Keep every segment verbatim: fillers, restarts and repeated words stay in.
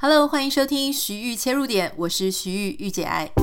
Hello， 欢迎收听徐玉切入点，我是徐玉玉姐爱。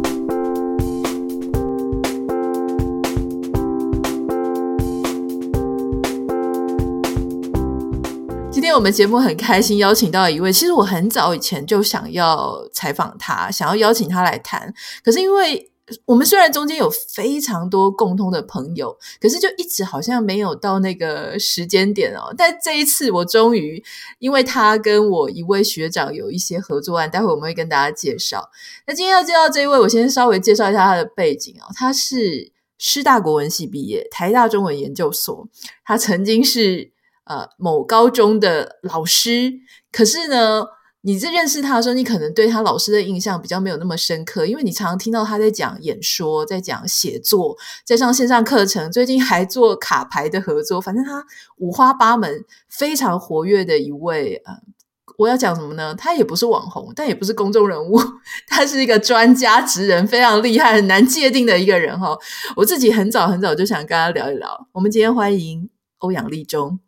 今天我们节目很开心邀请到一位，其实我很早以前就想要采访他，想要邀请他来谈，可是因为我们虽然中间有非常多共通的朋友，可是就一直好像没有到那个时间点哦。但这一次我终于，因为他跟我一位学长有一些合作案，待会我们会跟大家介绍。那今天要介绍这一位，我先稍微介绍一下他的背景哦。他是师大国文系毕业，台大中文研究所，他曾经是呃某高中的老师，可是呢你在认识他的时候，你可能对他老师的印象比较没有那么深刻，因为你常常听到他在讲演说，在讲写作，在上线上课程，最近还做卡牌的合作，反正他五花八门，非常活跃的一位呃，我要讲什么呢？他也不是网红，但也不是公众人物，他是一个专家职人，非常厉害，很难界定的一个人哈。我自己很早很早就想跟他聊一聊。我们今天欢迎欧阳立中。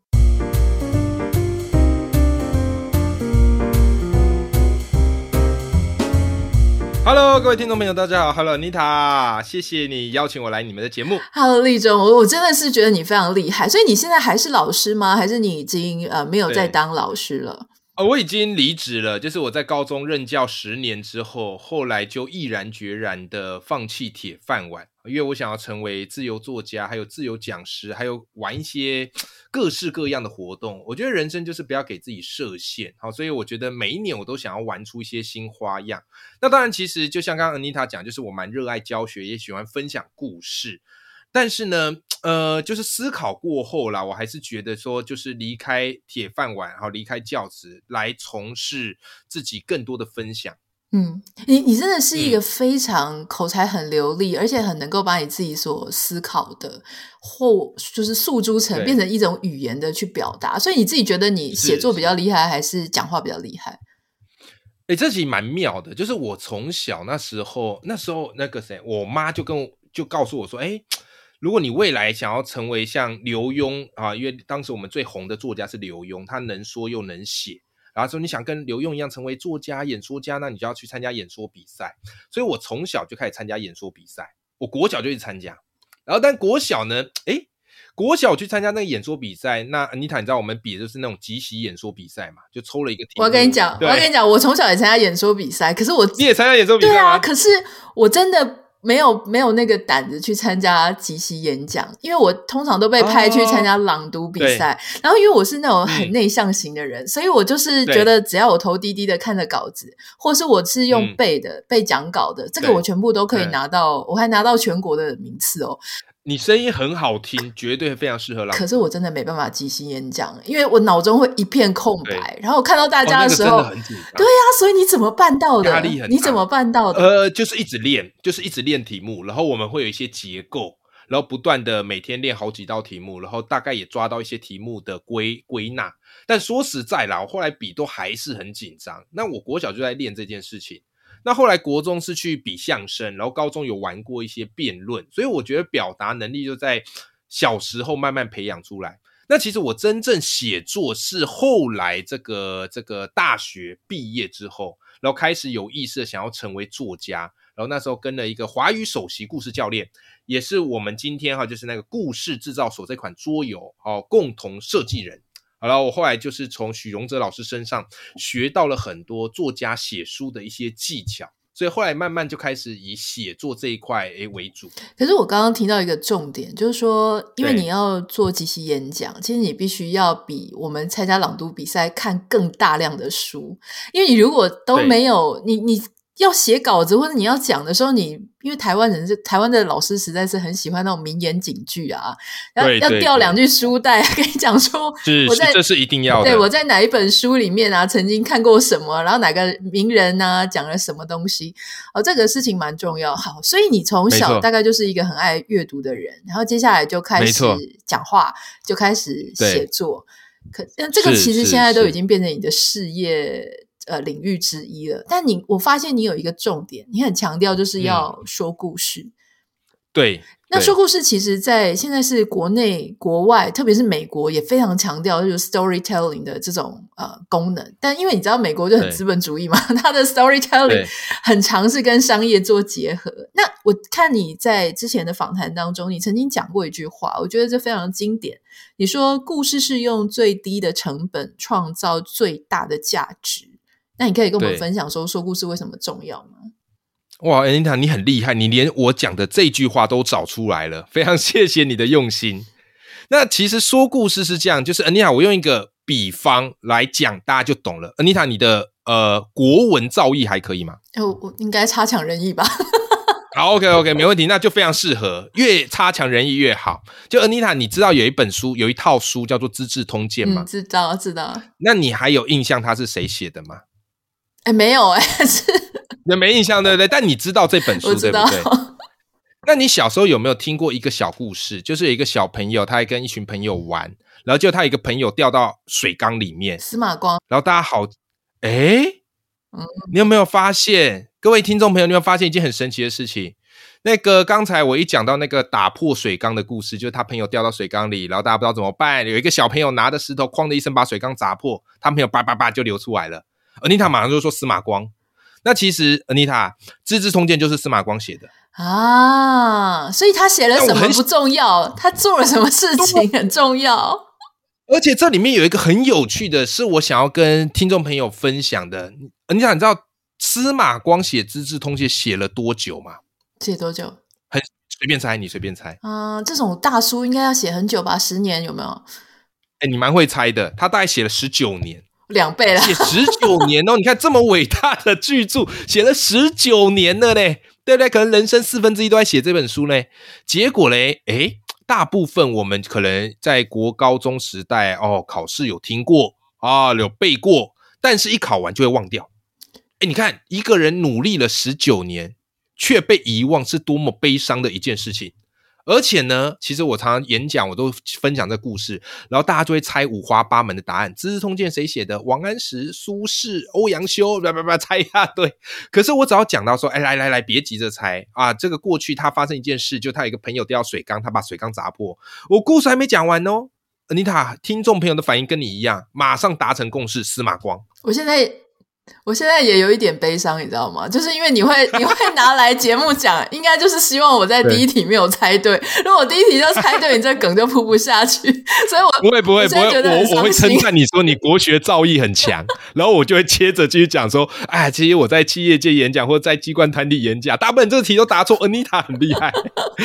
Hello， 各位听众朋友，大家好。Hello， Anita， 谢谢你邀请我来你们的节目。 Hello， 立中，我我真的是觉得你非常厉害。所以你现在还是老师吗？还是你已经呃没有再当老师了？ 哦，我已经离职了，就是我在高中任教十年之后，后来就毅然决然的放弃铁饭碗，因为我想要成为自由作家，还有自由讲师，还有玩一些各式各样的活动。我觉得人生就是不要给自己设限，好，所以我觉得每一年我都想要玩出一些新花样。那当然，其实就像刚刚 Anita 讲，就是我蛮热爱教学，也喜欢分享故事。但是呢，呃，就是思考过后啦，我还是觉得说，就是离开铁饭碗，然后离开教职，来从事自己更多的分享。 嗯，你你真的是一个非常口才很流利，嗯、而且很能够把你自己所思考的，或就是诉诸成变成一种语言的去表达。所以你自己觉得你写作比较厉害，还是讲话比较厉害？ 哎，这其实蛮妙的，就是我从小那时候，那时候那个谁，我妈就跟我就告诉我说，哎。如果你未来想要成为像刘墉啊，因为当时我们最红的作家是刘墉，他能说又能写，然后说你想跟刘墉一样成为作家、演说家，那你就要去参加演说比赛。所以我从小就开始参加演说比赛，我国小就一直参加。然后但国小呢，诶国小去参加那个演说比赛，那 Anita 你知道我们比的就是那种即席演说比赛嘛，就抽了一个题目。 我要跟你讲，我要跟你讲，我从小也参加演说比赛，可是我你也参加演说比赛吗？ 对啊，可是我真的。没有没有那个胆子去参加即席演讲，因为我通常都被派去参加朗读比赛、哦、然后因为我是那种很内向型的人、嗯、所以我就是觉得只要我头低低的看着稿子，或是我是用背的、嗯、背讲稿的，这个我全部都可以拿到、嗯、我还拿到全国的名次哦。 你声音很好听，绝对非常适合朗读。 可是我真的没办法即席演讲，因为我脑中会一片空白，然后我看到大家的时候、哦那个、真的很紧张。对啊，所以你怎么办到的？ 压力很大。 你怎么办到的？ 呃，就是一直练，就是一直练题目，然后我们会有一些结构，然后不断的每天练好几道题目，然后大概也抓到一些题目的归归纳。但说实在啦，我后来比都还是很紧张。那我国小就在练这件事情。那后来国中是去比相声，然后高中有玩过一些辩论，所以我觉得表达能力就在小时候慢慢培养出来。那其实我真正写作是后来这个这个大学毕业之后，然后开始有意识的想要成为作家，然后那时候跟了一个华语首席故事教练，也是我们今天哈就是那个故事制造所这款桌游哦共同设计人。好了，我后来就是从许荣哲老师身上学到了很多作家写书的一些技巧，所以后来慢慢就开始以写作这一块为主。 可是我刚刚提到一个重点，就是说因为你要做即席演讲，其实你必须要比我们参加朗读比赛看更大量的书，因为你如果都没有你你要写稿子或者你要讲的时候，你因为台湾人是台湾的老师实在是很喜欢那种名言警句啊，要要掉两句书袋跟你讲说是我在这是一定要的， 对我在哪一本书里面啊曾经看过什么，然后哪个名人啊讲了什么东西哦，这个事情蛮重要。好，所以你从小大概就是一个很爱阅读的人，然后接下来就开始讲话，就开始写作，可这个其实现在都已经变成你的事业呃，领域之一了。但你我发现你有一个重点，你很强调就是要说故事、嗯、 对。 那说故事其实在现在是国内国外特别是美国也非常强调就是 storytelling 的这种呃功能，但因为你知道美国就很资本主义嘛，它的 storytelling 很常是跟商业做结合。那我看你在之前的访谈当中你曾经讲过一句话，我觉得这非常经典，你说故事是用最低的成本创造最大的价值。那你可以跟我们分享说说故事为什么重要吗？ 哇 Anita 你很厉害，你连我讲的这句话都找出来了，非常谢谢你的用心。那其实说故事是这样，就是 Anita 我用一个比方来讲大家就懂了。 Anita 你的呃国文造诣还可以吗？ 我我应该差强人意吧。 好 OK OK 没问题，那就非常适合，越差强人意越好。就 Anita 你知道有一本书有一套书叫做资治通鉴吗？ 嗯，知道知道。 那你还有印象它是谁写的吗？ 哎，没有哎，是你没印象对不对？但你知道这本书对不对？那你小时候有没有听过一个小故事，就是有一个小朋友他还跟一群朋友玩，然后就他有一个朋友掉到水缸里面， 司马光， 然后大家好诶、嗯、你有没有发现，各位听众朋友你有没有发现一件很神奇的事情？那个刚才我一讲到那个打破水缸的故事，就是他朋友掉到水缸里，然后大家不知道怎么办，有一个小朋友拿着石头哐的一声把水缸砸破，他朋友叭叭叭就流出来了。Anita 马上就说司马光，那其实 Anita 资治通鉴就是司马光写的啊，所以他写了什么不重要，他做了什么事情很重要。 而且这里面有一个很有趣的是我想要跟听众朋友分享的。Anita 你知道司马光写资治通鉴写了多久吗？ 写多久？ 很随便猜，你随便猜。 嗯，这种大书应该要写很久吧，十年有没有？ 哎，你蛮会猜的，他大概写了十九年。 两倍了， 写十九年哦！你看这么伟大的巨著，写了十九年了嘞，对不对？可能人生四分之一都在写这本书嘞。结果嘞，诶，大部分我们可能在国高中时代哦，考试有听过啊，有背过，但是一考完就会忘掉。诶，你看一个人努力了十九年，却被遗忘，是多么悲伤的一件事情。而且呢，其实我常常演讲我都分享这故事，然后大家就会猜五花八门的答案。资治通鉴谁写的？王安石、苏轼、欧阳修，叭叭叭猜一大堆。可是我只要讲到说，哎，来来来，别急着猜啊！这个过去他发生一件事，就他有一个朋友掉到水缸，他把水缸砸破。我故事还没讲完哦。Anita 听众朋友的反应跟你一样，马上达成共识，司马光。 我现在我现在也有一点悲伤，你知道吗？就是因为你会你会拿来节目讲，应该就是希望我在第一题没有猜对。如果我第一题就猜对，你这梗就铺不下去。所以我不会不会不会，我我会称赞你说你国学造诣很强，然后我就会接着继续讲说，哎，其实我在企业界演讲或者在机关团体演讲，大部分这个题都答错 ，Anita 很厉害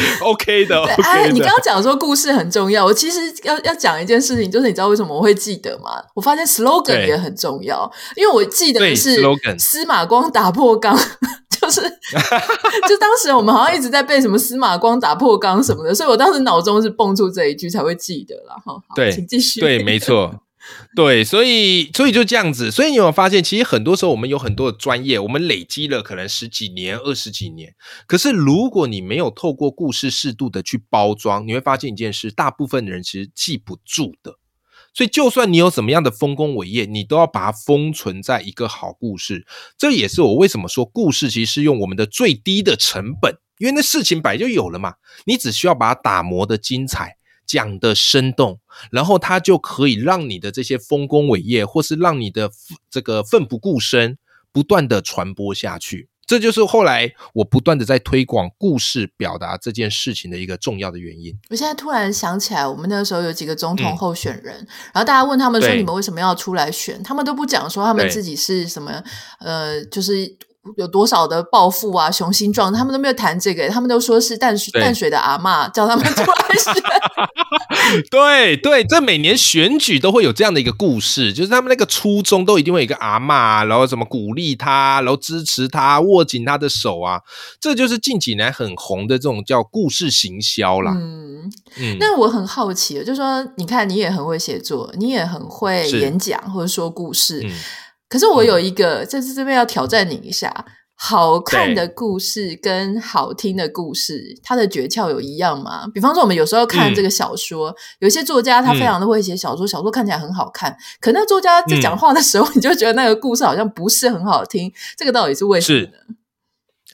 ，OK 的 ，OK 的。 哎，你刚刚讲说故事很重要，我其实要要讲一件事情，就是你知道为什么我会记得吗？我发现 slogan 也很重要，因为我记得是司马光打破缸，就是就当时我们好像一直在背什么司马光打破缸什么的，所以我当时脑中是蹦出这一句才会记得啦。好， 对， 请继续。 对，没错。对，所以所以就这样子，所以你有没有发现，其实很多时候我们有很多的专业，我们累积了可能十几年、二十几年，可是如果你没有透过故事适度的去包装，你会发现一件事，大部分人其实记不住的。所以就算你有什么样的丰功伟业，你都要把它封存在一个好故事。这也是我为什么说故事其实是用我们的最低的成本，因为那事情本来就有了嘛，你只需要把它打磨的精彩，讲的生动，然后它就可以让你的这些丰功伟业，或是让你的这个奋不顾身不断的传播下去。这就是后来我不断的在推广故事表达这件事情的一个重要的原因。 我现在突然想起来，我们那个时候有几个总统候选人、嗯、然后大家问他们说你们为什么要出来选，他们都不讲说他们自己是什么呃，就是有多少的抱负啊雄心壮志，他们都没有谈这个，他们都说是淡水淡水的阿嬷叫他们出来选对对，这每年选举都会有这样的一个故事，就是他们那个初衷都一定会有一个阿嬷，然后什么鼓励他，然后支持他，握紧他的手啊，这就是近几年很红的这种叫故事行销啦。 嗯嗯，那我很好奇，就是说你看你也很会写作，你也很会演讲或者说故事、嗯，可是我有一个、嗯、在这边要挑战你一下，好看的故事跟好听的故事它的诀窍有一样吗？比方说我们有时候看这个小说、嗯、有些作家他非常的会写小说、嗯、小说看起来很好看，可那作家在讲话的时候、嗯、你就觉得那个故事好像不是很好听，这个到底是为什么呢？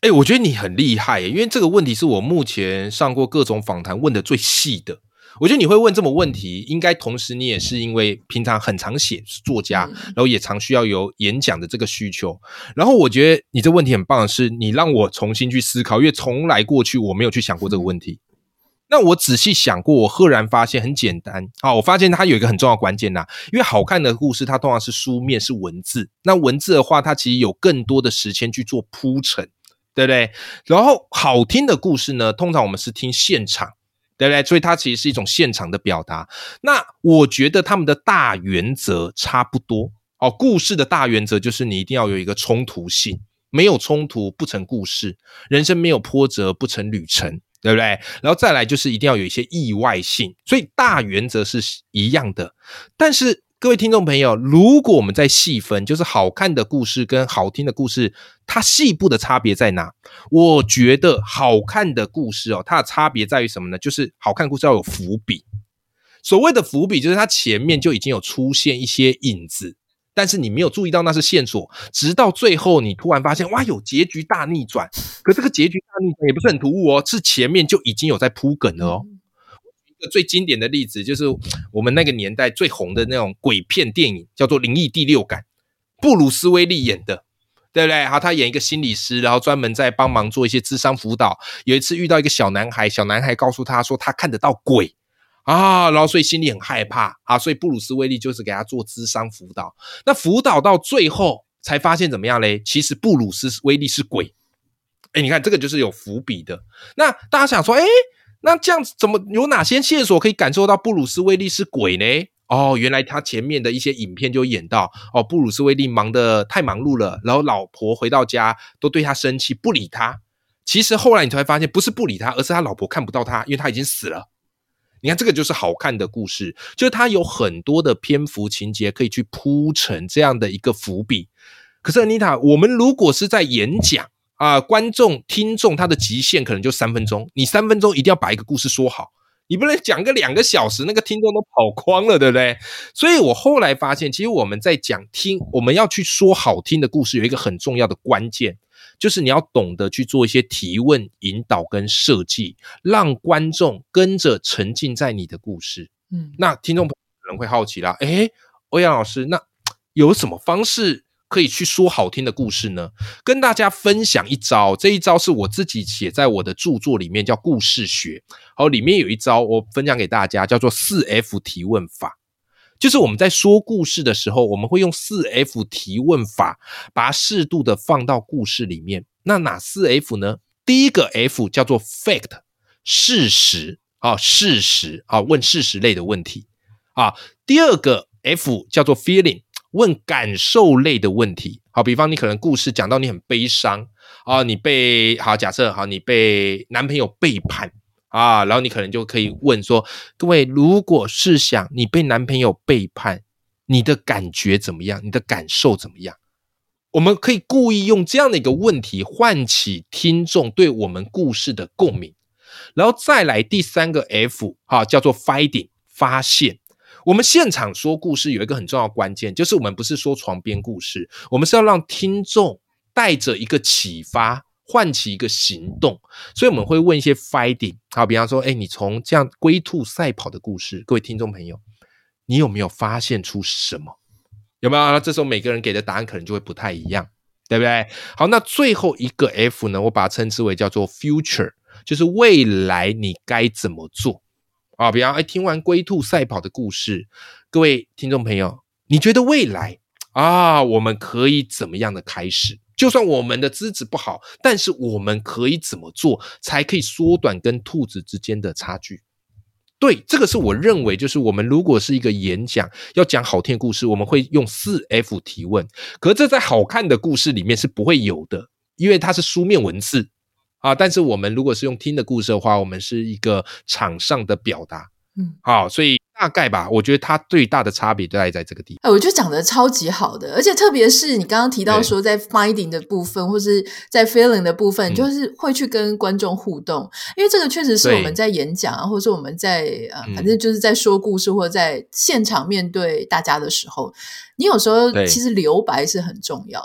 哎、欸，我觉得你很厉害耶，因为这个问题是我目前上过各种访谈问的最细的。我觉得你会问这么问题，应该同时你也是因为平常很常写作家，嗯、然后也常需要有演讲的这个需求。然后我觉得你这问题很棒的是，你让我重新去思考，因为从来过去我没有去想过这个问题。嗯、那我仔细想过，我赫然发现很简单。好，我发现它有一个很重要的关键啦，因为好看的故事它通常是书面是文字，那文字的话它其实有更多的时间去做铺陈。对不对？然后好听的故事呢，通常我们是听现场，对不对？所以它其实是一种现场的表达。那我觉得他们的大原则差不多哦。故事的大原则就是你一定要有一个冲突性，没有冲突不成故事，人生没有波折不成旅程，对不对？然后再来就是一定要有一些意外性，所以大原则是一样的。但是各位听众朋友，如果我们再细分，就是好看的故事跟好听的故事，它细部的差别在哪？我觉得好看的故事哦，它的差别在于什么呢？就是好看故事要有伏笔。所谓的伏笔，就是它前面就已经有出现一些影子，但是你没有注意到那是线索，直到最后你突然发现，哇，有结局大逆转。可这个结局大逆转也不是很突兀哦，是前面就已经有在铺梗了哦。最经典的例子就是我们那个年代最红的那种鬼片电影，叫做《灵异第六感》，布鲁斯威利演的，对不对？好，他演一个心理师，然后专门在帮忙做一些諮商辅导。有一次遇到一个小男孩，小男孩告诉他说他看得到鬼啊，然后所以心里很害怕啊，所以布鲁斯威利就是给他做諮商辅导。那辅导到最后才发现怎么样嘞？其实布鲁斯威利是鬼。哎，你看这个就是有伏笔的。那大家想说，哎，那这样子怎么有哪些线索可以感受到布鲁斯威利是鬼呢？哦，原来他前面的一些影片就演到，哦，布鲁斯威利忙得太忙碌了，然后老婆回到家都对他生气，不理他。其实后来你才会发现，不是不理他，而是他老婆看不到他，因为他已经死了。你看这个就是好看的故事，就是他有很多的篇幅情节可以去铺成这样的一个伏笔。可是 Anita， 我们如果是在演讲啊、呃，观众听众他的极限可能就三分钟，你三分钟一定要把一个故事说好，你不能讲个两个小时，那个听众都跑光了，对不对？所以我后来发现，其实我们在讲听，我们要去说好听的故事，有一个很重要的关键，就是你要懂得去做一些提问、引导跟设计，让观众跟着沉浸在你的故事。嗯，那听众朋友可能会好奇啦，诶，欧阳老师，那有什么方式可以去说好听的故事呢？跟大家分享一招，这一招是我自己写在我的著作里面，叫故事学。好，里面有一招我分享给大家，叫做 四 F 提问法。就是我们在说故事的时候，我们会用 四 F 提问法，把它适度的放到故事里面。那哪 四 F 呢？第一个 F 叫做 fact， 事实啊，事实啊，问事实类的问题啊。第二个 F 叫做 feeling，问感受类的问题。好，比方你可能故事讲到你很悲伤啊，你被好假设好你被男朋友背叛啊，然后你可能就可以问说，各位如果是想你被男朋友背叛，你的感觉怎么样？你的感受怎么样？我们可以故意用这样的一个问题唤起听众对我们故事的共鸣。然后再来第三个 F 啊，叫做 finding， 发现。我们现场说故事有一个很重要的关键，就是我们不是说床边故事，我们是要让听众带着一个启发，唤起一个行动。所以我们会问一些 finding， 好，比方说，哎，你从这样龟兔赛跑的故事，各位听众朋友，你有没有发现出什么？有没有？这时候每个人给的答案可能就会不太一样，对不对？好，那最后一个 F 呢，我把它称之为叫做 future， 就是未来你该怎么做。啊，比方哎，听完龟兔赛跑的故事，各位听众朋友，你觉得未来啊，我们可以怎么样的开始？就算我们的资质不好，但是我们可以怎么做，才可以缩短跟兔子之间的差距？对，这个是我认为，就是我们如果是一个演讲，要讲好听的故事，我们会用 四 F 提问，可是这在好看的故事里面是不会有的，因为它是书面文字。啊，但是我们如果是用听的故事的话，我们是一个场上的表达，嗯，好，所以大概吧，我觉得它最大的差别就在在这个地方。 哎，我觉得讲得超级好的，而且特别是你刚刚提到说在 finding 的部分，或是在 feeling 的部分，就是会去跟观众互动，因为这个确实是我们在演讲啊，或者是我们在呃，反正就是在说故事或者在现场面对大家的时候，你有时候其实留白是很重要的。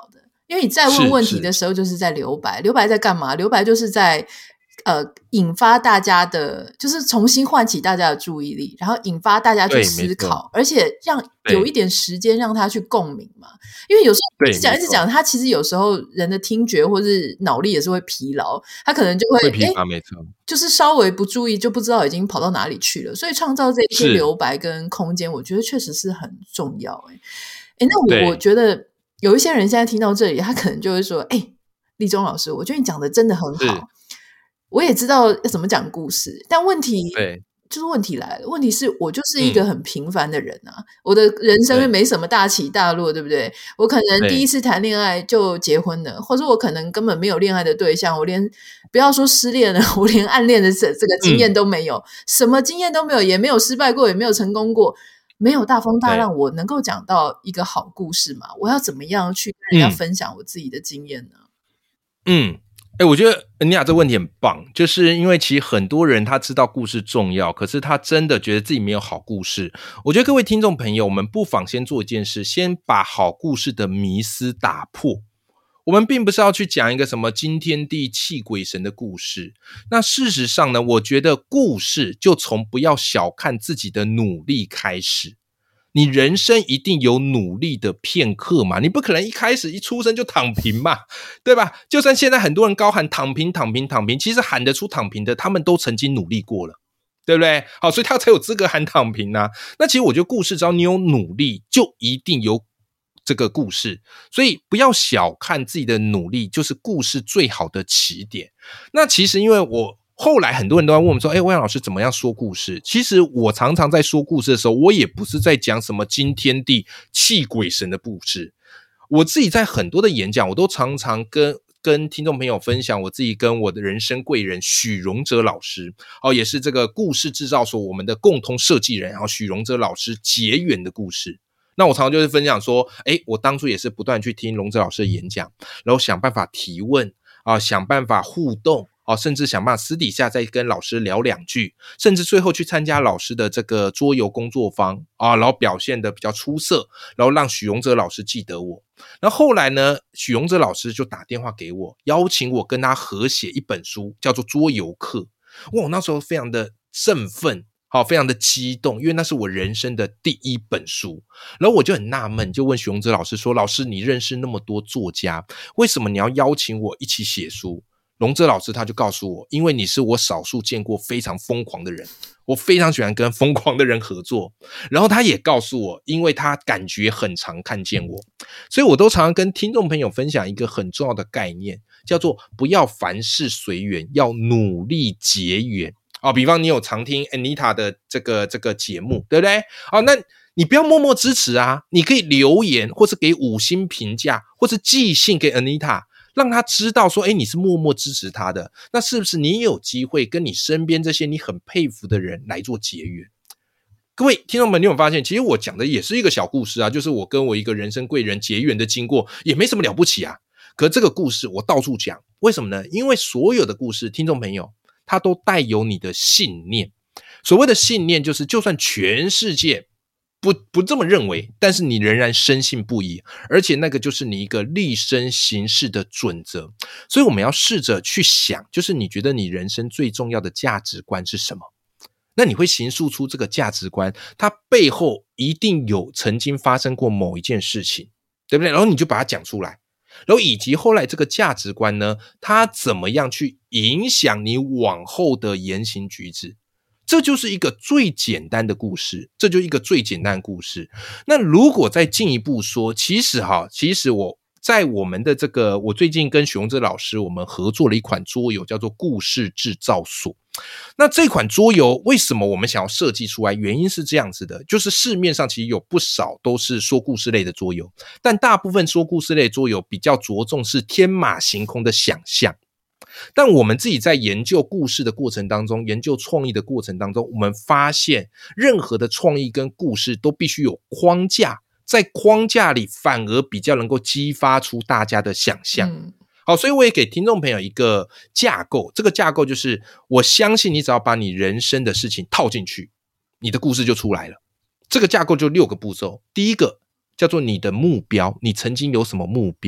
因为你再问问题的时候就是在留白，留白在干嘛？留白就是在呃引发大家的，就是重新唤起大家的注意力，然后引发大家去思考，而且让有一点时间让他去共鸣嘛。因为有时候一直讲一直讲，他其实有时候人的听觉或是脑力也是会疲劳，他可能就会会疲乏，没错， 就是稍微不注意就不知道已经跑到哪里去了。所以创造这些留白跟空间，我觉得确实是很重要。哎、欸欸，那我我觉得有一些人现在听到这里，他可能就会说：“哎、欸，立中老师，我觉得你讲的真的很好。”我也知道要怎么讲故事，但问题对就是问题来了。问题是我就是一个很平凡的人啊，嗯、我的人生没什么大起大落， 对, 对不对？我可能第一次谈恋爱就结婚了，或者我可能根本没有恋爱的对象，我连不要说失恋了，我连暗恋的这这个经验都没有、嗯，什么经验都没有，也没有失败过，也没有成功过，没有大风大浪，我能够讲到一个好故事吗？我要怎么样去跟人家分享我自己的经验呢？ 嗯。哎、欸，我觉得恩妮亚这个问题很棒，就是因为其实很多人他知道故事重要，可是他真的觉得自己没有好故事。我觉得各位听众朋友，我们不妨先做一件事，先把好故事的迷思打破。我们并不是要去讲一个什么惊天地泣鬼神的故事，那事实上呢，我觉得故事就从不要小看自己的努力开始。你人生一定有努力的片刻嘛，你不可能一开始一出生就躺平嘛，对吧？就算现在很多人高喊躺平躺平躺平，其实喊得出躺平的他们都曾经努力过了，对不对？好，所以他才有资格喊躺平啊。那其实我觉得故事只要你有努力就一定有这个故事，所以不要小看自己的努力，就是故事最好的起点。那其实因为我后来很多人都在问我们说，诶，魏阳老师怎么样说故事？其实我常常在说故事的时候，我也不是在讲什么惊天地泣鬼神的故事。我自己在很多的演讲，我都常常跟跟听众朋友分享我自己跟我的人生贵人许荣哲老师，哦，也是这个故事制造所我们的共同设计人，然后许荣哲老师结缘的故事。那我常常就是分享说，诶，我当初也是不断去听荣哲老师的演讲，然后想办法提问啊，想办法互动。哦，甚至想办法私底下再跟老师聊两句，甚至最后去参加老师的这个桌游工作坊啊，然后表现得比较出色，然后让许荣哲老师记得我。然后后来呢，许荣哲老师就打电话给我，邀请我跟他合写一本书，叫做桌游课。哇，我那时候非常的振奋，好，非常的激动，因为那是我人生的第一本书。然后我就很纳闷，就问许荣哲老师说，老师你认识那么多作家，为什么你要邀请我一起写书？荣哲老师他就告诉我，因为你是我少数见过非常疯狂的人，我非常喜欢跟疯狂的人合作。然后他也告诉我，因为他感觉很常看见我，所以我都常常跟听众朋友分享一个很重要的概念，叫做不要凡事随缘，要努力结缘。哦，比方你有常听 Anita 的这个这个节目，对不对？哦，那你不要默默支持啊，你可以留言，或是给五星评价，或是寄信给 Anita，让他知道说，诶，你是默默支持他的，那是不是你也有机会跟你身边这些你很佩服的人来做结缘？各位听众们，你有没有发现，其实我讲的也是一个小故事啊，就是我跟我一个人生贵人结缘的经过，也没什么了不起啊。可这个故事我到处讲，为什么呢？因为所有的故事，听众朋友，它都带有你的信念。所谓的信念，就是就算全世界不不这么认为，但是你仍然深信不疑，而且那个就是你一个立身行事的准则。所以我们要试着去想，就是你觉得你人生最重要的价值观是什么？那你会形塑出这个价值观，它背后一定有曾经发生过某一件事情，对不对？然后你就把它讲出来，然后以及后来这个价值观呢，它怎么样去影响你往后的言行举止。这就是一个最简单的故事，这就是一个最简单的故事。那如果再进一步说，其实哈，其实我在我们的这个，我最近跟许荣哲老师我们合作了一款桌游，叫做故事制造所。那这款桌游为什么我们想要设计出来？原因是这样子的，就是市面上其实有不少都是说故事类的桌游，但大部分说故事类的桌游比较着重是天马行空的想象。但我们自己在研究故事的过程当中，研究创意的过程当中，我们发现任何的创意跟故事都必须有框架，在框架里反而比较能够激发出大家的想象。嗯，好，所以我也给听众朋友一个架构，这个架构就是我相信你只要把你人生的事情套进去，你的故事就出来了。这个架构就六个步骤，第一个叫做你的目标，你曾经有什么目标？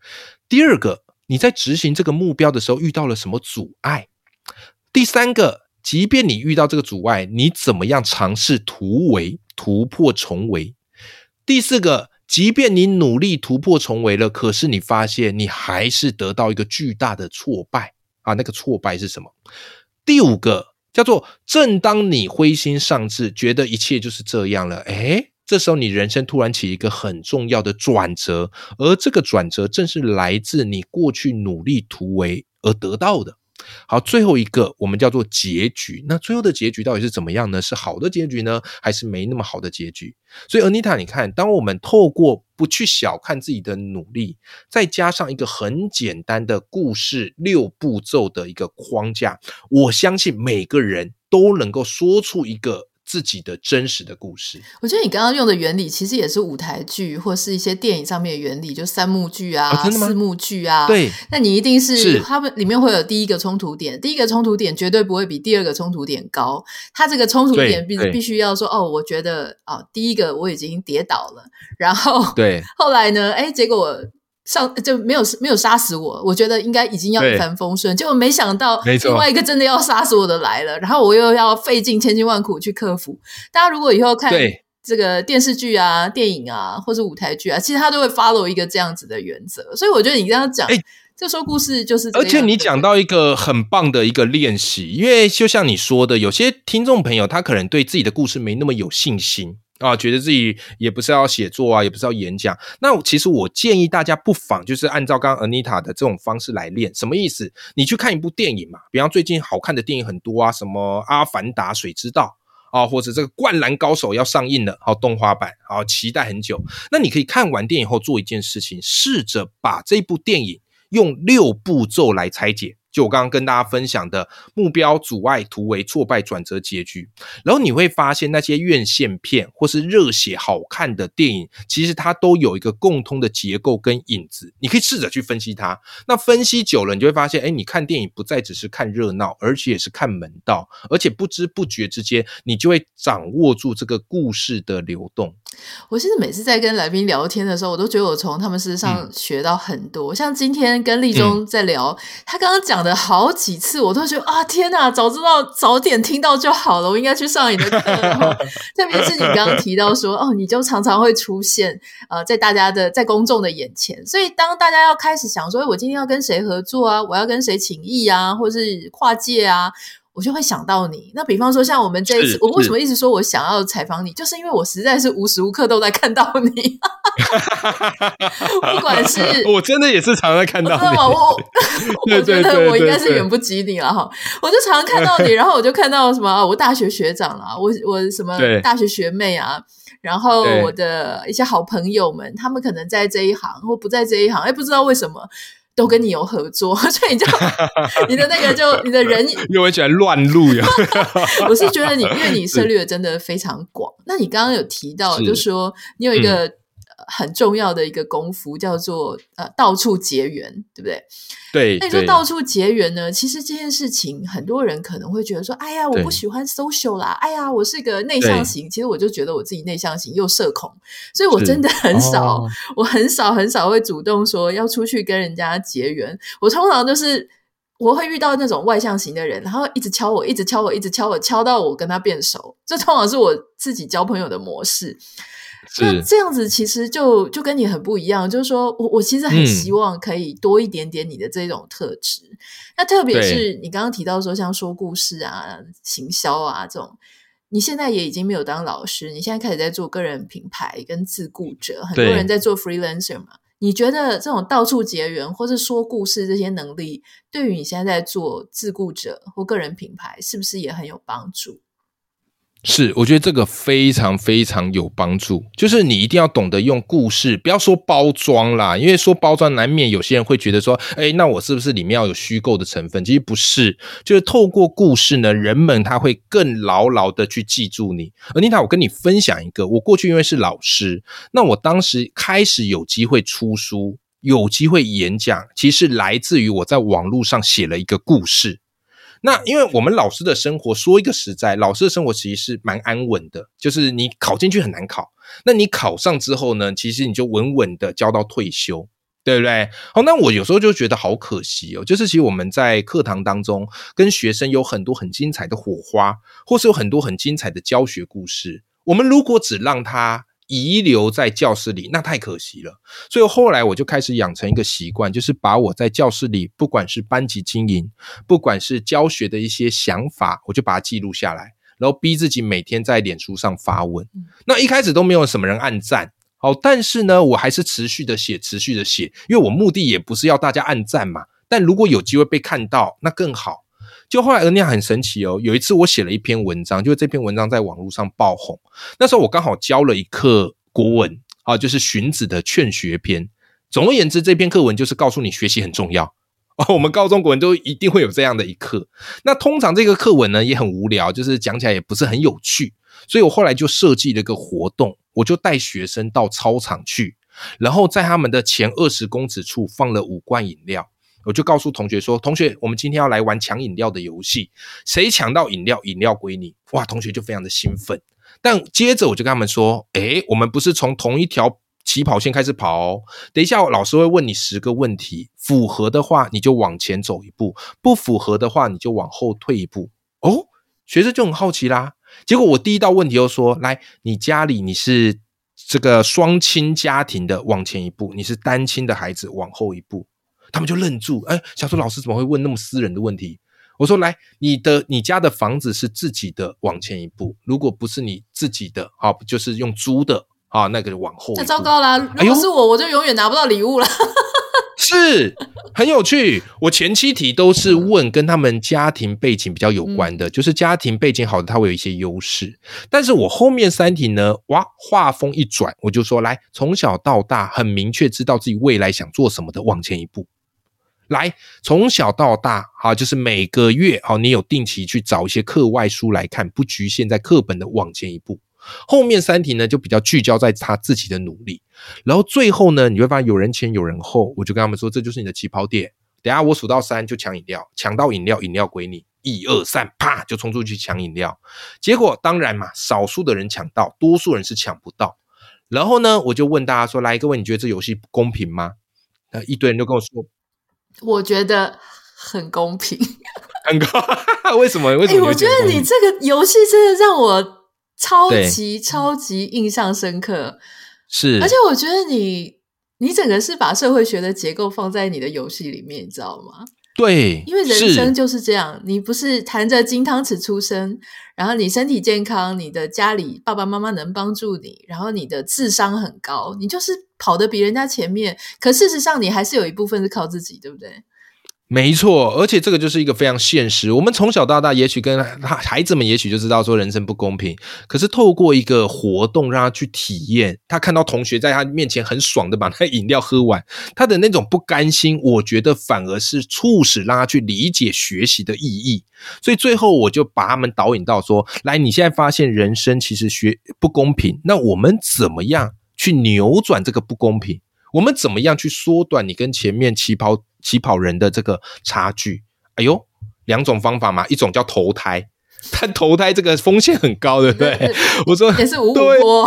第二个，你在执行这个目标的时候遇到了什么阻碍？第三个，即便你遇到这个阻碍，你怎么样尝试突围，突破重围？第四个，即便你努力突破重围了，可是你发现你还是得到一个巨大的挫败啊，那个挫败是什么？第五个叫做正当你灰心丧志，觉得一切就是这样了，诶，这时候你人生突然起一个很重要的转折，而这个转折正是来自你过去努力突围而得到的。好，最后一个我们叫做结局。那最后的结局到底是怎么样呢？是好的结局呢，还是没那么好的结局？所以 Anita 你看，当我们透过不去小看自己的努力，再加上一个很简单的故事六步骤的一个框架，我相信每个人都能够说出一个自己的真实的故事。 我觉得你刚刚用的原理其实也是舞台剧或是一些电影上面的原理，就三幕剧啊、 哦、四幕剧啊。 对， 那你一定是, 是他们里面会有第一个冲突点，第一个冲突点绝对不会比第二个冲突点高。他这个冲突点必必须要说哦，我觉得哦，第一个我已经跌倒了，然后对， 后来呢，哎，结果上就没有没有杀死我，我觉得应该已经要一帆风顺，结果没想到另外一个真的要杀死我的来了，然后我又要费尽千辛万苦去克服。大家如果以后看这个电视剧啊、电影啊，或是舞台剧啊，其实他都会 follow 一个这样子的原则。所以我觉得你这样讲，这说故事就是这个样子。 而且你讲到一个很棒的一个练习，因为就像你说的，有些听众朋友他可能对自己的故事没那么有信心啊，觉得自己也不是要写作啊，也不是要演讲。那其实我建议大家不妨就是按照刚刚 Anita 的这种方式来练。什么意思？你去看一部电影嘛，比方最近好看的电影很多啊，什么阿凡达、水之道啊，或者这个灌篮高手要上映了，好，动画版，好，期待很久。那你可以看完电影后做一件事情，试着把这部电影用六步骤来拆解。就我刚刚跟大家分享的目标、阻碍、突围、挫败、转折、结局，然后你会发现那些院线片或是热血好看的电影，其实它都有一个共通的结构跟影子，你可以试着去分析它。那分析久了，你就会发现，哎，你看电影不再只是看热闹，而且也是看门道，而且不知不觉之间，你就会掌握住这个故事的流动。 我其实每次在跟来宾聊天的时候，我都觉得我从他们身上学到很多。嗯、像今天跟立中在聊，嗯、他刚刚讲的好几次，我都觉得啊，天哪，早知道早点听到就好了，我应该去上你的课。特别是你刚刚提到说，哦，你就常常会出现呃，在大家的在公众的眼前，所以当大家要开始想说，我今天要跟谁合作啊，我要跟谁请益啊，或是跨界啊。我就会想到你。那比方说像我们这一次，我为什么一直说我想要采访你，就是因为我实在是无时无刻都在看到你。不管是我真的也是常常看到你， 我我我觉得我应该是远不及你了哈。我就常常看到你，然后我就看到什么我大学学长啦，我我什么大学学妹啊，然后我的一些好朋友们，他们可能在这一行或不在这一行，哎，不知道为什么都跟你有合作，所以你就你的那个就你的人又会喜欢乱录呀。 我是觉得你因为你涉猎真的非常广。那你刚刚有提到就是说你有一个、嗯、很重要的一个功夫叫做呃到处结缘，对不对？ 对。 那你说到处结缘呢，其实这件事情很多人可能会觉得说，哎呀我不喜欢 social 啦，哎呀我是个内向型，其实我就觉得我自己内向型又社恐，所以我真的很少、哦、我很少很少会主动说要出去跟人家结缘。我通常就是我会遇到那种外向型的人，然后一直敲我一直敲我一直敲我敲到我跟他变熟，这通常是我自己交朋友的模式。那这样子其实就就跟你很不一样，就是说我我其实很希望可以多一点点你的这种特质、嗯、那特别是你刚刚提到说像说故事啊行销啊这种，你现在也已经没有当老师，你现在开始在做个人品牌跟自雇者，很多人在做 freelancer 嘛，你觉得这种到处结缘或是说故事这些能力对于你现在在做自雇者或个人品牌是不是也很有帮助？ 是，我觉得这个非常非常有帮助，就是你一定要懂得用故事，不要说包装啦，因为说包装难免有些人会觉得说，诶，那我是不是里面要有虚构的成分？其实不是，就是透过故事呢，人们他会更牢牢的去记住你。而妮塔，我跟你分享一个，我过去因为是老师，那我当时开始有机会出书，有机会演讲，其实来自于我在网络上写了一个故事。那因为我们老师的生活，说一个实在，老师的生活其实是蛮安稳的，就是你考进去很难考，那你考上之后呢，其实你就稳稳的教到退休。 对不对？好，那我有时候就觉得好可惜哦，就是其实我们在课堂当中跟学生有很多很精彩的火花，或是有很多很精彩的教学故事，我们如果只让它遗留在教室里，那太可惜了。所以后来我就开始养成一个习惯，就是把我在教室里不管是班级经营，不管是教学的一些想法，我就把它记录下来，然后逼自己每天在脸书上发文。那一开始都没有什么人按赞，好，但是呢我还是持续的写持续的写，因为我目的也不是要大家按赞嘛，但如果有机会被看到那更好。就后来恩雅很神奇哦，有一次我写了一篇文章，就这篇文章在网络上爆红，那时候我刚好教了一课国文啊，就是荀子的劝学篇。总而言之，这篇课文就是告诉你学习很重要哦，我们高中国文都一定会有这样的一课。那通常这个课文呢也很无聊，就是讲起来也不是很有趣，所以我后来就设计了一个活动，我就带学生到操场去，然后在他们的前二十公尺处放了五罐饮料，我就告诉同学说，同学我们今天要来玩抢饮料的游戏，谁抢到饮料饮料归你。哇，同学就非常的兴奋。但接着我就跟他们说，诶，我们不是从同一条起跑线开始跑哦，等一下老师会问你十个问题，符合的话你就往前走一步，不符合的话你就往后退一步。哦，学生就很好奇啦。结果我第一道问题又说，来，你家里你是这个双亲家庭的，往前一步，你是单亲的孩子，往后一步。他们就愣住，哎，想说老师怎么会问那么私人的问题？我说来，你的你家的房子是自己的，往前一步；如果不是你自己的，好，就是用租的啊，那个往后一步。 那糟糕啦！如果是我，哎、我就永远拿不到礼物了。 是很有趣，我前七题都是问跟他们家庭背景比较有关的，嗯、就是家庭背景好的他会有一些优势。但是我后面三题呢，哇，话锋一转，我就说来，从小到大很明确知道自己未来想做什么的，往前一步。来，从小到大，好，就是每个月，好，你有定期去找一些课外书来看，不局限在课本的，往前一步。后面三题呢，就比较聚焦在他自己的努力。然后最后呢，你会发现有人前有人后，我就跟他们说，这就是你的起跑点。等一下我数到三就抢饮料，抢到饮料，饮料归你。一二三，啪，就冲出去抢饮料。结果当然嘛，少数的人抢到，多数人是抢不到。然后呢，我就问大家说，来，各位，你觉得这游戏公平吗？那一堆人就跟我说， 我觉得很公平。 很高为什么？为什么、欸？ 我觉得你这个游戏真的让我超级超级印象深刻。 是， 而且我觉得你你整个是把社会学的结构放在你的游戏里面，你知道吗？ 对， 因为人生就是这样，你不是含着金汤匙出生，然后你身体健康，你的家里爸爸妈妈能帮助你，然后你的智商很高，你就是跑得比人家前面，可事实上你还是有一部分是靠自己，对不对？ 没错，而且这个就是一个非常现实，我们从小到大也许跟孩子们也许就知道说人生不公平，可是透过一个活动让他去体验，他看到同学在他面前很爽的把那饮料喝完，他的那种不甘心，我觉得反而是促使让他去理解学习的意义。所以最后我就把他们导引到说，来，你现在发现人生其实学不公平，那我们怎么样去扭转这个不公平？我们怎么样去缩短你跟前面起跑起跑人的这个差距？哎呦，两种方法嘛，一种叫投胎，但投胎这个风险很高，对不对？我说也是五五波。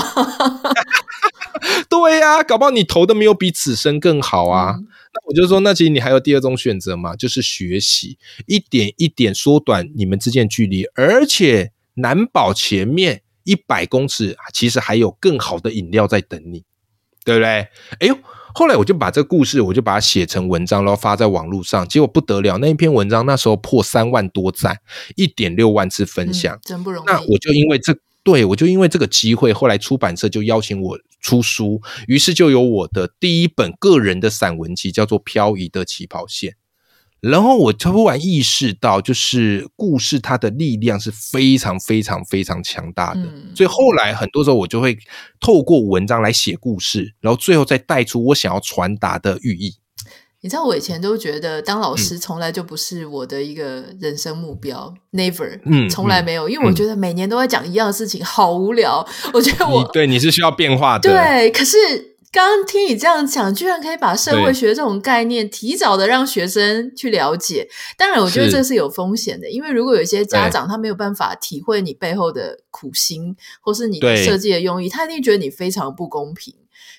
对啊，搞不好你投的没有比此生更好啊。嗯、那我就说，那其实你还有第二种选择嘛，就是学习，一点一点缩短你们之间的距离，而且难保前面一百公尺其实还有更好的饮料在等你。对不对？哎呦，后来我就把这个故事，我就把它写成文章，然后发在网络上，结果不得了，那一篇文章那时候破三万多赞，一点六万次分享、嗯， 真不容易。 那我就因为这，对我就因为这个机会，后来出版社就邀请我出书，于是就有我的第一本个人的散文集，叫做《漂移的起跑线》。然后我突然意识到，就是故事它的力量是非常非常非常强大的、嗯、所以后来很多时候我就会透过文章来写故事，然后最后再带出我想要传达的寓意。 你知道我以前都觉得当老师从来就不是我的一个人生目标、嗯、never、嗯、从来没有、嗯、因为我觉得每年都在讲一样的事情、嗯、好无聊。我觉得我你对你是需要变化的。 对，可是刚刚听你这样讲，居然可以把社会学这种概念提早的让学生去了解。当然我觉得这是有风险的，因为如果有一些家长他没有办法体会你背后的苦心或是你的设计的用意，他一定觉得你非常不公平。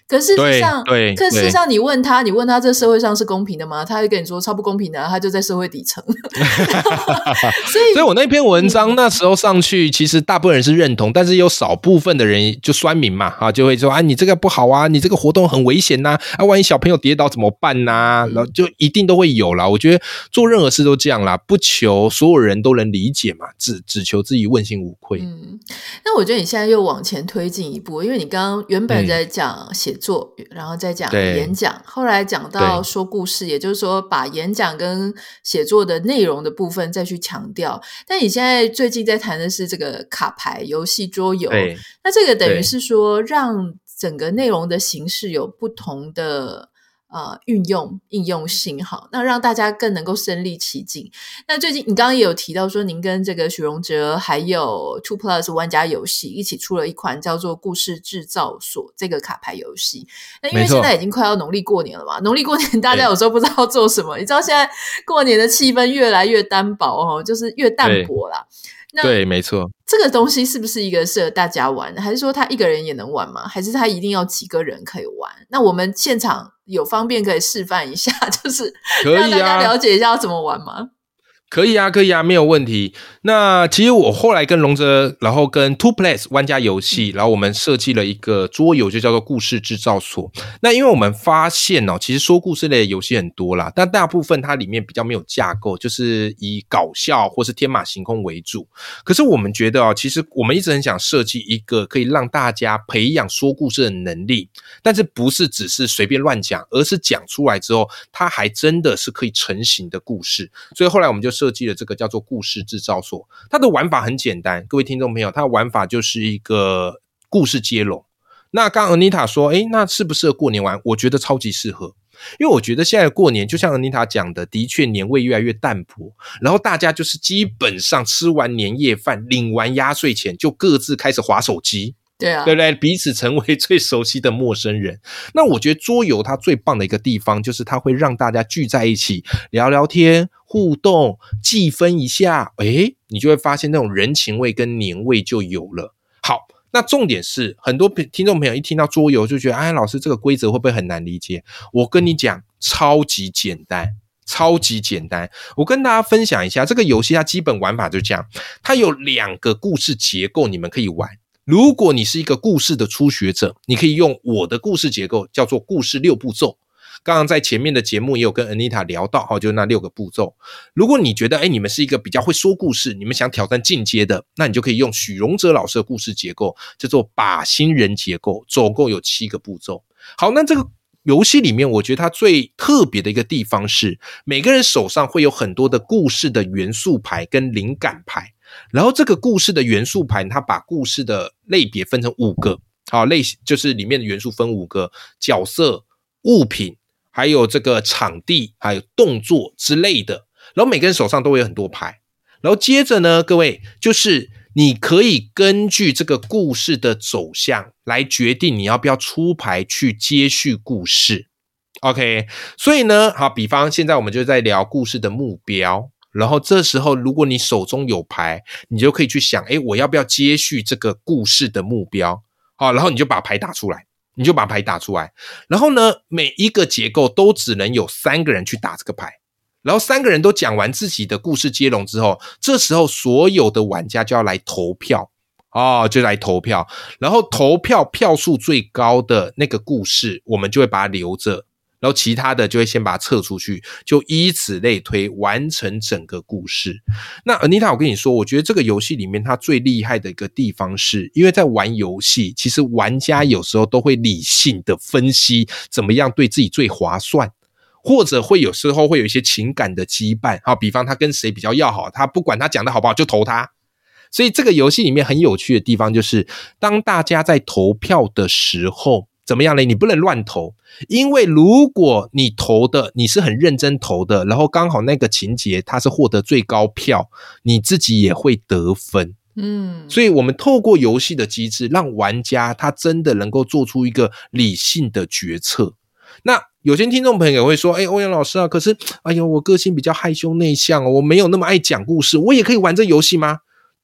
可事实上， 对， 可事实上，你问他，你问他这社会上是公平的吗？他会跟你说超不公平的，他就在社会底层。所以， 所以我那篇文章那时候上去，其实大部分人是认同，但是有少部分的人就酸民嘛，啊，就会说啊，你这个不好啊，你这个活动很危险呐、啊，啊，万一小朋友跌倒怎么办呐、啊？然后就一定都会有啦。我觉得做任何事都这样啦，不求所有人都能理解嘛，只只求自己问心无愧。 嗯，那我觉得你现在又往前推进一步，因为你刚刚原本在讲写作，嗯、然后再讲演讲，后来讲到说故事，也就是说把演讲跟写作的内容的部分再去强调。但你现在最近在谈的是这个卡牌游戏桌游，那这个等于是说让整个内容的形式有不同的呃运用应用性，好，那让大家更能够身临其境。那最近你刚刚也有提到说，您跟这个许荣哲还有 Two Plus 玩家游戏一起出了一款叫做故事制造所这个卡牌游戏。那因为现在已经快要农历过年了嘛，农历过年大家有时候不知道做什么，你知道现在过年的气氛越来越单薄哦，就是越淡薄啦。那对，没错。 这个东西是不是一个适合大家玩的？还是说他一个人也能玩吗？还是他一定要几个人可以玩？那我们现场有方便可以示范一下，就是让大家了解一下要怎么玩吗？ 可以啊，可以啊，没有问题。那其实我后来跟龙哲，然后跟 Two Plus 玩家游戏，然后我们设计了一个桌游，就叫做故事制造所。那因为我们发现哦，其实说故事类的游戏很多啦，但大部分它里面比较没有架构，就是以搞笑或是天马行空为主。可是我们觉得哦，其实我们一直很想设计一个可以让大家培养说故事的能力，但是不是只是随便乱讲，而是讲出来之后，它还真的是可以成型的故事。所以后来我们就设计了这个叫做故事制造所，它的玩法很简单，各位听众朋友，它的玩法就是一个故事接龙。那刚刚 Anita 说，诶，那适不适合过年玩？我觉得超级适合，因为我觉得现在过年就像 Anita 讲的，的确年味越来越淡薄，然后大家就是基本上吃完年夜饭，领完压岁钱，就各自开始滑手机。 对啊， 对不对？彼此成为最熟悉的陌生人。那我觉得桌游它最棒的一个地方，就是它会让大家聚在一起聊聊天、互动、计分一下，诶，你就会发现那种人情味跟年味就有了。好，那重点是很多听众朋友一听到桌游就觉得，哎，老师这个规则会不会很难理解？我跟你讲，超级简单。超级简单，我跟大家分享一下这个游戏它基本玩法就这样，它有两个故事结构你们可以玩。如果你是一个故事的初学者，你可以用我的故事结构，叫做故事六步骤。刚刚在前面的节目也有跟 Anita 聊到，就那六个步骤。如果你觉得，哎，你们是一个比较会说故事，你们想挑战进阶的，那你就可以用许荣哲老师的故事结构，叫做靶心人结构，总共有七个步骤。好，那这个游戏里面，我觉得它最特别的一个地方是，每个人手上会有很多的故事的元素牌跟灵感牌。然后这个故事的元素盘，它把故事的类别分成五个，好，类就是里面的元素分五个，角色、物品，还有这个场地，还有动作之类的。然后每个人手上都会有很多牌。然后接着呢，各位就是你可以根据这个故事的走向来决定你要不要出牌去接续故事。OK， 所以呢，好，比方现在我们就在聊故事的目标。然后这时候如果你手中有牌，你就可以去想，诶，我要不要接续这个故事的目标？好，然后你就把牌打出来，你就把牌打出来。然后呢，每一个结构都只能有三个人去打这个牌。然后三个人都讲完自己的故事接龙之后，这时候所有的玩家就要来投票。哦，就来投票。然后投票票数最高的那个故事，我们就会把它留着。然后其他的就会先把它撤出去，就以此类推，完成整个故事。那 Anita 我跟你说，我觉得这个游戏里面它最厉害的一个地方是，因为在玩游戏，其实玩家有时候都会理性的分析怎么样对自己最划算，或者会有时候会有一些情感的羁绊，好，比方他跟谁比较要好，他不管他讲的好不好就投他。所以这个游戏里面很有趣的地方就是，当大家在投票的时候怎么样呢？你不能乱投，因为如果你投的你是很认真投的，然后刚好那个情节它是获得最高票，你自己也会得分。嗯，所以我们透过游戏的机制，让玩家他真的能够做出一个理性的决策。那有些听众朋友会说，哎，欧阳老师啊，可是哎呦我个性比较害羞内向哦，我没有那么爱讲故事，我也可以玩这游戏吗？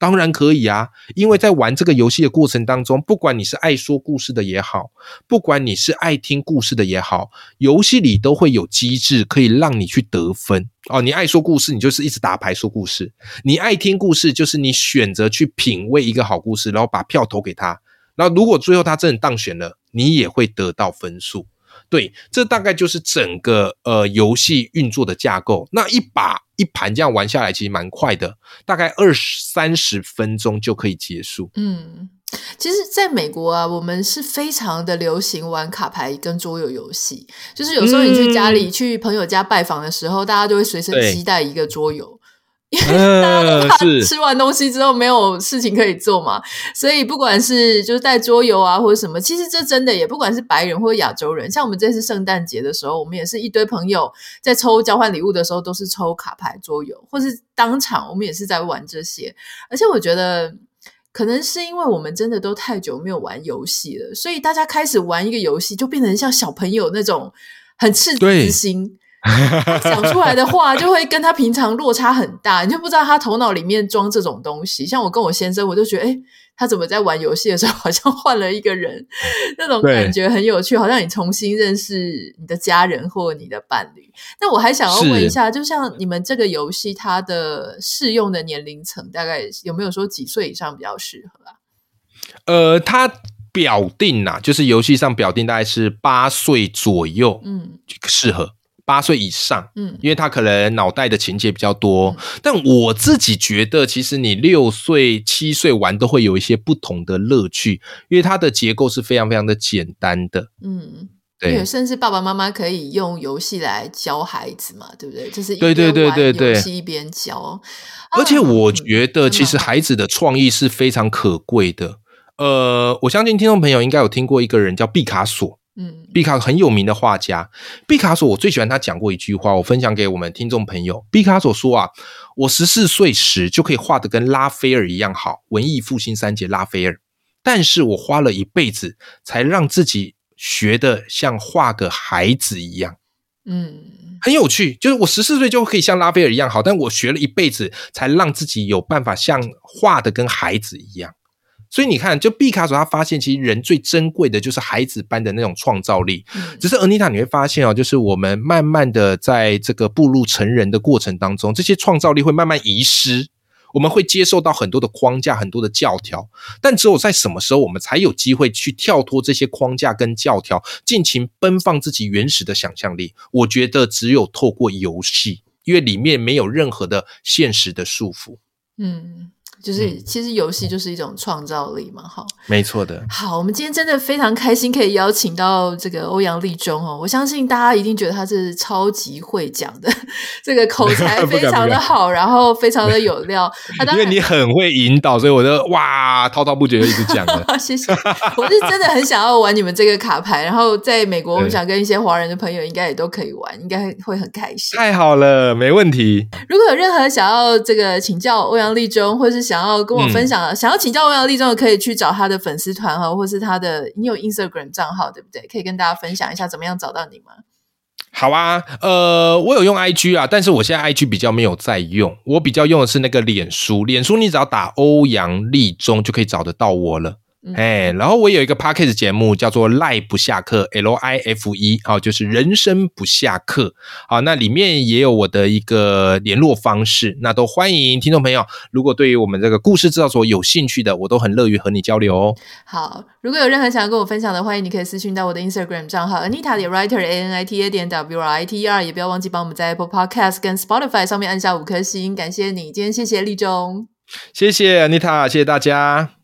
当然可以啊，因为在玩这个游戏的过程当中，不管你是爱说故事的也好，不管你是爱听故事的也好，游戏里都会有机制可以让你去得分哦。你爱说故事，你就是一直打牌说故事；你爱听故事，就是你选择去品味一个好故事，然后把票投给他。然后如果最后他真的当选了，你也会得到分数。对，这大概就是整个呃游戏运作的架构。那一把一盘这样玩下来其实蛮快的，大概二三十分钟就可以结束。 嗯，其实在美国啊，我们是非常的流行玩卡牌跟桌游游戏，就是有时候你去家里、嗯、去朋友家拜访的时候，大家就会随身携带一个桌游，因为大家都怕吃完东西之后没有事情可以做嘛，所以不管是就是带桌游啊或者什么，其实这真的也不管是白人或者亚洲人，像我们这次圣诞节的时候，我们也是一堆朋友在抽交换礼物的时候都是抽卡牌桌游，或是当场我们也是在玩这些。而且我觉得可能是因为我们真的都太久没有玩游戏了，所以大家开始玩一个游戏就变成像小朋友那种很赤子之心，他讲出来的话就会跟他平常落差很大，你就不知道他头脑里面装这种东西。像我跟我先生，我就觉得诶他怎么在玩游戏的时候好像换了一个人，那种感觉很有趣，好像你重新认识你的家人或你的伴侣。那我还想要问一下，就像你们这个游戏它的适用的年龄层大概有没有说几岁以上比较适合啊？ 呃，它表定啊，就是游戏上表定大概是八岁左右，嗯，适合。八岁以上，嗯，因为他可能脑袋的情节比较多，嗯，但我自己觉得其实你六岁七岁玩都会有一些不同的乐趣，因为它的结构是非常非常的简单的，嗯，对， 甚至爸爸妈妈可以用游戏来教孩子嘛，对不对？就是一边玩游戏一边教。 而且我觉得其实孩子的创意是非常可贵的，呃，我相信听众朋友应该有听过一个人叫毕卡索，嗯，毕卡索很有名的画家。毕卡索我最喜欢他讲过一句话，我分享给我们听众朋友。毕卡索说啊，我十四岁时就可以画得跟拉斐尔一样好，文艺复兴三杰拉斐尔，但是我花了一辈子才让自己学得像画个孩子一样。嗯，很有趣，就是我十四岁就可以像拉斐尔一样好，但我学了一辈子才让自己有办法像画得跟孩子一样。所以你看，就毕卡索他发现其实人最珍贵的就是孩子般的那种创造力，嗯，只是 Anita 你会发现哦，就是我们慢慢的在这个步入成人的过程当中，这些创造力会慢慢遗失，我们会接受到很多的框架，很多的教条，但只有在什么时候我们才有机会去跳脱这些框架跟教条，尽情奔放自己原始的想象力。我觉得只有透过游戏，因为里面没有任何的现实的束缚。 嗯，就是其实游戏就是一种创造力嘛，哈， 没错的。 好，我们今天真的非常开心可以邀请到这个欧阳立中哦，我相信大家一定觉得他是超级会讲的，这个口才非常的好，然后非常的有料。 因为你很会引导，所以我就哇滔滔不绝就一直讲了。 谢谢，我是真的很想要玩你们这个卡牌，然后在美国我们想跟一些华人的朋友应该也都可以玩，应该会很开心。 太好了，没问题。 如果有任何想要这个请教欧阳立中，或是想要跟我分享、嗯、想要请教欧阳立中的，可以去找他的粉丝团或是他的，你有 Instagram 账号对不对？可以跟大家分享一下怎么样找到你吗？ 好啊，呃，我有用 I G 啊，但是我现在 I G 比较没有在用，我比较用的是那个脸书，脸书你只要打欧阳立中就可以找得到我了。嗯、hey, 然后我有一个 Podcast 节目叫做 Life 不下课 L I F E、哦、就是人生不下课、哦、那里面也有我的一个联络方式，那都欢迎听众朋友如果对于我们这个故事制造所有兴趣的，我都很乐于和你交流哦。 好，如果有任何想要跟我分享的，欢迎你可以私讯到我的 Instagram 账号 Anita 点 Writer A N I T A 点 W R I T E R， 也不要忘记帮我们在 Apple Podcast 跟 Spotify 上面按下五颗星，感谢你今天，谢谢立中， 谢谢 Anita， 谢谢大家。